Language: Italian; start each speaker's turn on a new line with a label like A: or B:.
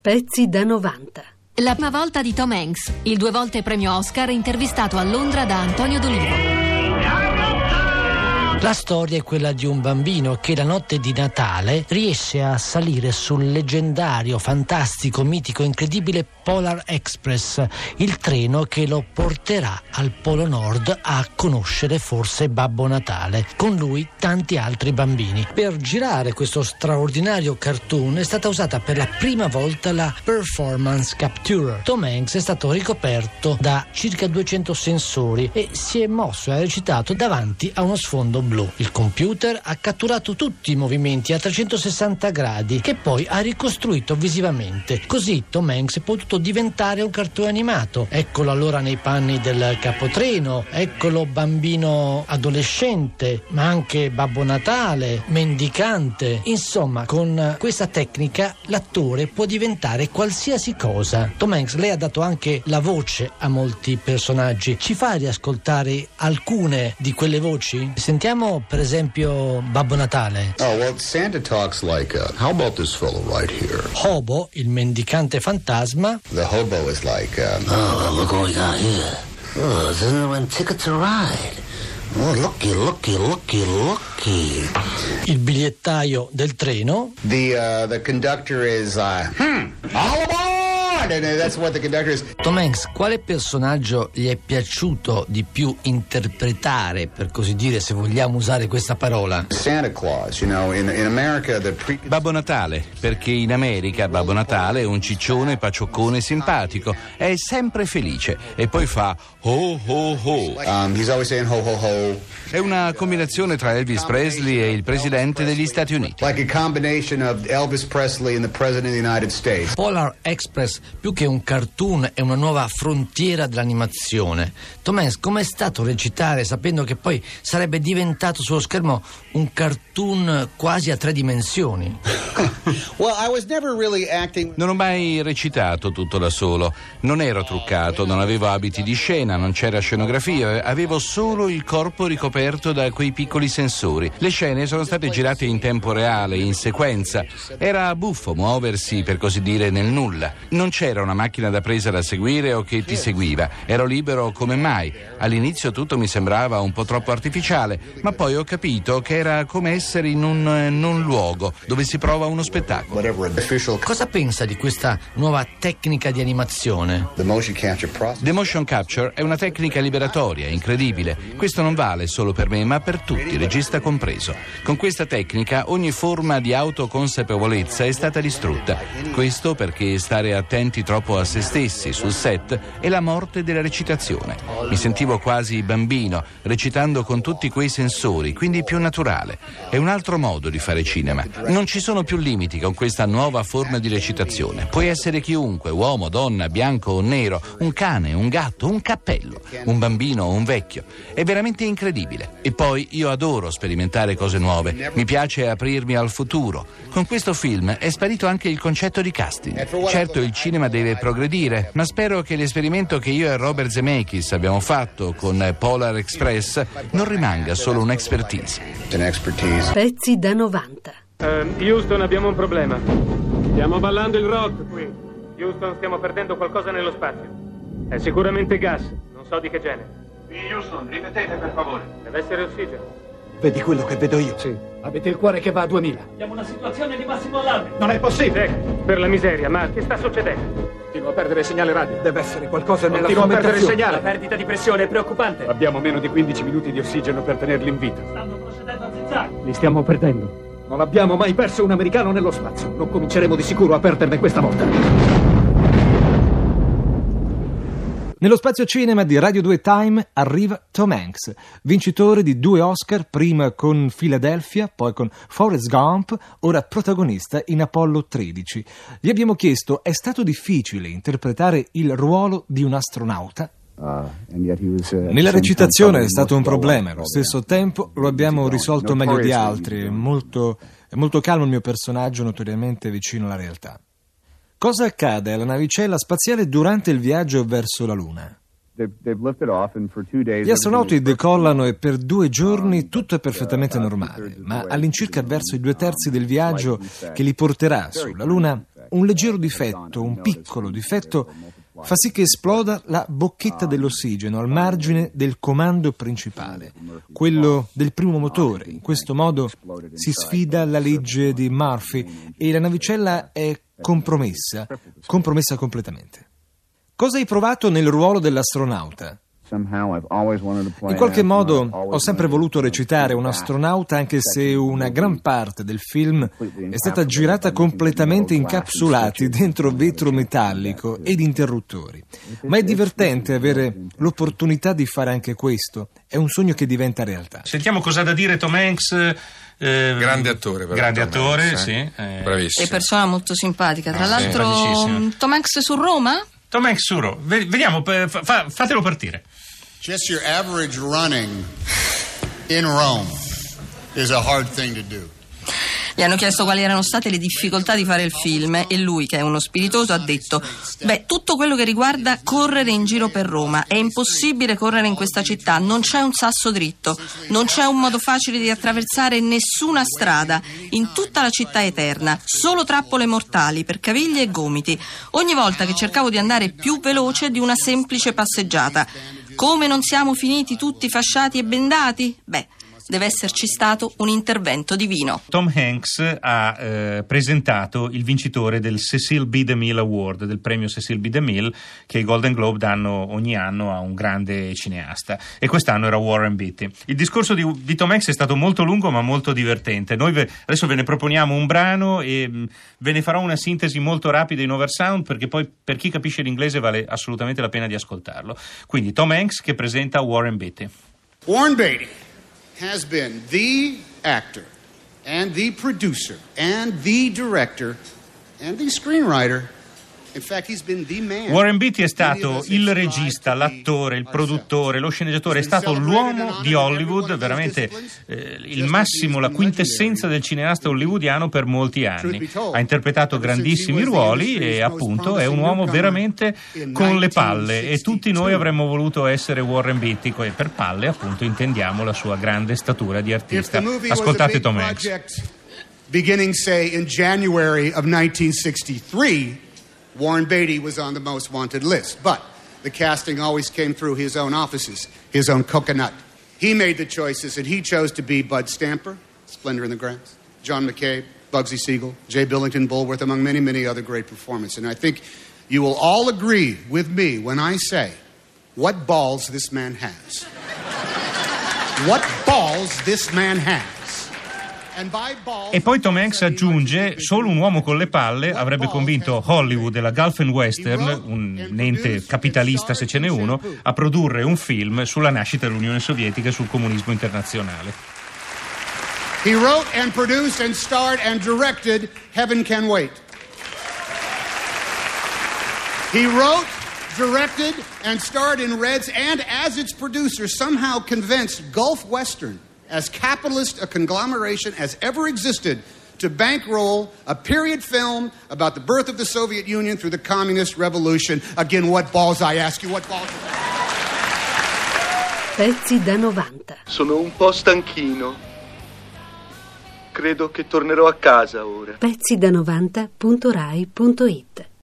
A: Pezzi da 90.
B: La prima volta di Tom Hanks, il 2 volte premio Oscar, intervistato a Londra da Antonio D'Olivo.
C: La storia è quella di un bambino che la notte di Natale riesce a salire sul leggendario, fantastico, mitico, incredibile Polar Express, il treno che lo porterà al Polo Nord a conoscere forse Babbo Natale, con lui tanti altri bambini. Per girare questo straordinario cartoon è stata usata per la prima volta la Performance Capturer. Tom Hanks è stato ricoperto da circa 200 sensori e si è mosso e ha recitato davanti a uno sfondo blu. Il computer ha catturato tutti i movimenti a 360 gradi che poi ha ricostruito visivamente. Così Tom Hanks è potuto diventare un cartone animato. Eccolo allora nei panni del capotreno, eccolo bambino adolescente, ma anche Babbo Natale, mendicante. Insomma, con questa tecnica l'attore può diventare qualsiasi cosa. Tom Hanks, lei ha dato anche la voce a molti personaggi. Ci fa riascoltare alcune di quelle voci? Sentiamo per esempio Babbo Natale.
D: Oh, well, Santa talks like, how about this fellow right here?
C: Hobo, il mendicante fantasma.
D: The hobo is like,
E: Oh, look what we got here. Oh, doesn't it win ticket to ride? Oh, looky.
C: Il bigliettaio del treno.
D: the conductor is, all aboard! And that's what the conductor is.
C: Tom Hanks, quale personaggio gli è piaciuto di più interpretare, per così dire, se vogliamo usare questa parola?
D: Santa Claus, in America,
F: Babbo Natale, perché in America Babbo Natale è un ciccione pacioccone simpatico, è sempre felice e poi fa ho ho ho.
D: He's always saying ho ho ho.
F: È una combinazione tra Elvis Presley e il presidente degli Stati Uniti.
D: Like a combination of Elvis Presley and the President of the United States.
C: Polar Express, più che un cartoon, è una nuova frontiera dell'animazione. Tom Hanks, com'è stato recitare sapendo che poi sarebbe diventato sullo schermo un cartoon quasi a 3 dimensioni?
D: Well, I was never really acting.
F: Non ho mai recitato tutto da solo, non ero truccato, non avevo abiti di scena, non c'era scenografia, avevo solo il corpo ricoperto da quei piccoli sensori. Le scene sono state girate in tempo reale, in sequenza. Era buffo muoversi, per così dire, nel nulla. Non c'era una macchina da presa da seguire o che ti seguiva. Ero libero come mai. All'inizio tutto mi sembrava un po' troppo artificiale, ma poi ho capito che era come essere in un luogo dove si prova uno spettacolo.
C: Cosa pensa di questa nuova tecnica di animazione?
D: The motion capture process.
F: The motion capture è una tecnica liberatoria, incredibile. Questo non vale solo per me, ma per tutti, regista compreso. Con questa tecnica ogni forma di autoconsapevolezza è stata distrutta. Questo perché stare attenti troppo a se stessi sul set è la morte della recitazione. Mi sentivo quasi bambino, recitando con tutti quei sensori, quindi più naturale. È un altro modo di fare cinema. Non ci sono più limiti con questa nuova forma di recitazione. Puoi essere chiunque, uomo, donna, bianco o nero, un cane, un gatto, un cappello, un bambino o un vecchio. È veramente incredibile. E poi io adoro sperimentare cose nuove. Mi piace aprirmi al futuro. Con questo film è sparito anche il concetto di casting. Certo, il cinema deve progredire, ma spero che l'esperimento che io e Robert Zemeckis abbiamo fatto con Polar Express non rimanga solo un'expertise.
A: Pezzi da 90.
G: Houston, abbiamo un problema. Stiamo ballando il rock qui. Houston, stiamo perdendo qualcosa nello spazio. È sicuramente gas, non so di che genere.
H: Houston, ripetete per favore.
G: Deve essere ossigeno.
H: Vedi quello che vedo io?
G: Sì.
H: Avete il cuore che va a 2000.
G: Abbiamo una situazione di massimo allarme.
H: Non è possibile.
G: Jack, per la miseria, ma che sta succedendo?
H: Continua a perdere segnale radio. Deve essere qualcosa nella
G: Continua a perdere il
H: strumentazione.
G: segnale. La perdita di pressione è preoccupante.
H: Abbiamo meno di 15 minuti di ossigeno per tenerli in vita.
G: Stanno procedendo a zigzag.
H: Li stiamo perdendo. Non abbiamo mai perso un americano nello spazio. Non cominceremo di sicuro a perderne questa volta.
I: Nello spazio cinema di Radio 2 Time arriva Tom Hanks, vincitore di 2 Oscar, prima con Philadelphia, poi con Forrest Gump, ora protagonista in Apollo 13. Gli abbiamo chiesto: è stato difficile interpretare il ruolo di un astronauta? Nella recitazione è stato un problema, allo stesso tempo lo abbiamo risolto meglio di altri, è molto calmo il mio personaggio, notoriamente vicino alla realtà. Cosa accade alla navicella spaziale durante il viaggio verso la Luna? Gli astronauti decollano e per 2 giorni tutto è perfettamente normale, ma all'incirca verso i 2/3 del viaggio che li porterà sulla Luna, un leggero difetto, un piccolo difetto, fa sì che esploda la bocchetta dell'ossigeno al margine del comando principale, quello del primo motore. In questo modo si sfida la legge di Murphy e la navicella è compromessa completamente. Cosa hai provato nel ruolo dell'astronauta? In qualche modo ho sempre voluto recitare un astronauta, anche se una gran parte del film è stata girata completamente incapsulati dentro vetro metallico ed interruttori. Ma è divertente avere l'opportunità di fare anche questo. È un sogno che diventa realtà.
J: Sentiamo cosa ha da dire Tom Hanks.
K: Grande attore,
J: sì.
K: Bravissimo.
L: E persona molto simpatica. Tra l'altro, Tom Hanks su Roma?
J: Tom Hanks su Roma. Vediamo, fatelo partire.
D: Just your average running in Rome is a hard thing to do.
L: Gli hanno chiesto quali erano state le difficoltà di fare il film e lui, che è uno spiritoso, ha detto: tutto quello che riguarda correre in giro per Roma. È impossibile correre in questa città, non c'è un sasso dritto, non c'è un modo facile di attraversare nessuna strada. In tutta la città eterna, solo trappole mortali per caviglie e gomiti. Ogni volta che cercavo di andare più veloce di una semplice passeggiata. Come non siamo finiti tutti fasciati e bendati? Deve esserci stato un intervento divino.
J: Tom Hanks ha presentato il vincitore del Cecil B. DeMille Award, del premio Cecil B. DeMille, che i Golden Globe danno ogni anno a un grande cineasta, e quest'anno era Warren Beatty. Il discorso di Tom Hanks è stato molto lungo ma molto divertente. Noi adesso ve ne proponiamo un brano e ve ne farò una sintesi molto rapida in oversound, perché poi per chi capisce l'inglese vale assolutamente la pena di ascoltarlo. Quindi Tom Hanks che presenta Warren Beatty.
D: Warren Beatty has been the actor and the producer and the director and the screenwriter. In fact, he's been the man.
J: Warren Beatty è stato il regista, l'attore, il produttore, lo sceneggiatore, è stato l'uomo di Hollywood, veramente il massimo, la quintessenza del cineasta hollywoodiano per molti anni. Ha interpretato grandissimi ruoli e appunto è un uomo veramente con le palle, e tutti noi avremmo voluto essere Warren Beatty, e per palle appunto intendiamo la sua grande statura di artista. Ascoltate Tom Hanks.
D: Beginning, say, in January of 1963, Warren Beatty was on the most wanted list, but the casting always came through his own offices, his own coconut. He made the choices, and he chose to be Bud Stamper, Splendor in the Grass, John McCabe, Bugsy Siegel, Jay Billington Bulworth, among many, many other great performers. And I think you will all agree with me when I say, what balls this man has. What balls this man has.
J: E poi Tom Hanks aggiunge: solo un uomo con le palle avrebbe convinto Hollywood e la Gulf and Western, un ente capitalista se ce n'è uno, a produrre un film sulla nascita dell'Unione Sovietica e sul comunismo internazionale.
D: He wrote and produced and starred and directed Heaven Can Wait. He wrote, directed and starred in Reds, and as its producer somehow convinced Gulf Western, as capitalist a conglomeration as ever existed, to bankroll a period film about the birth of the Soviet Union through the communist revolution. Again, what balls, I ask you, what balls?
A: Pezzi da 90.
M: Sono un po' stanchino. Credo che tornerò a casa ora.
A: Pezzi da 90.rai.it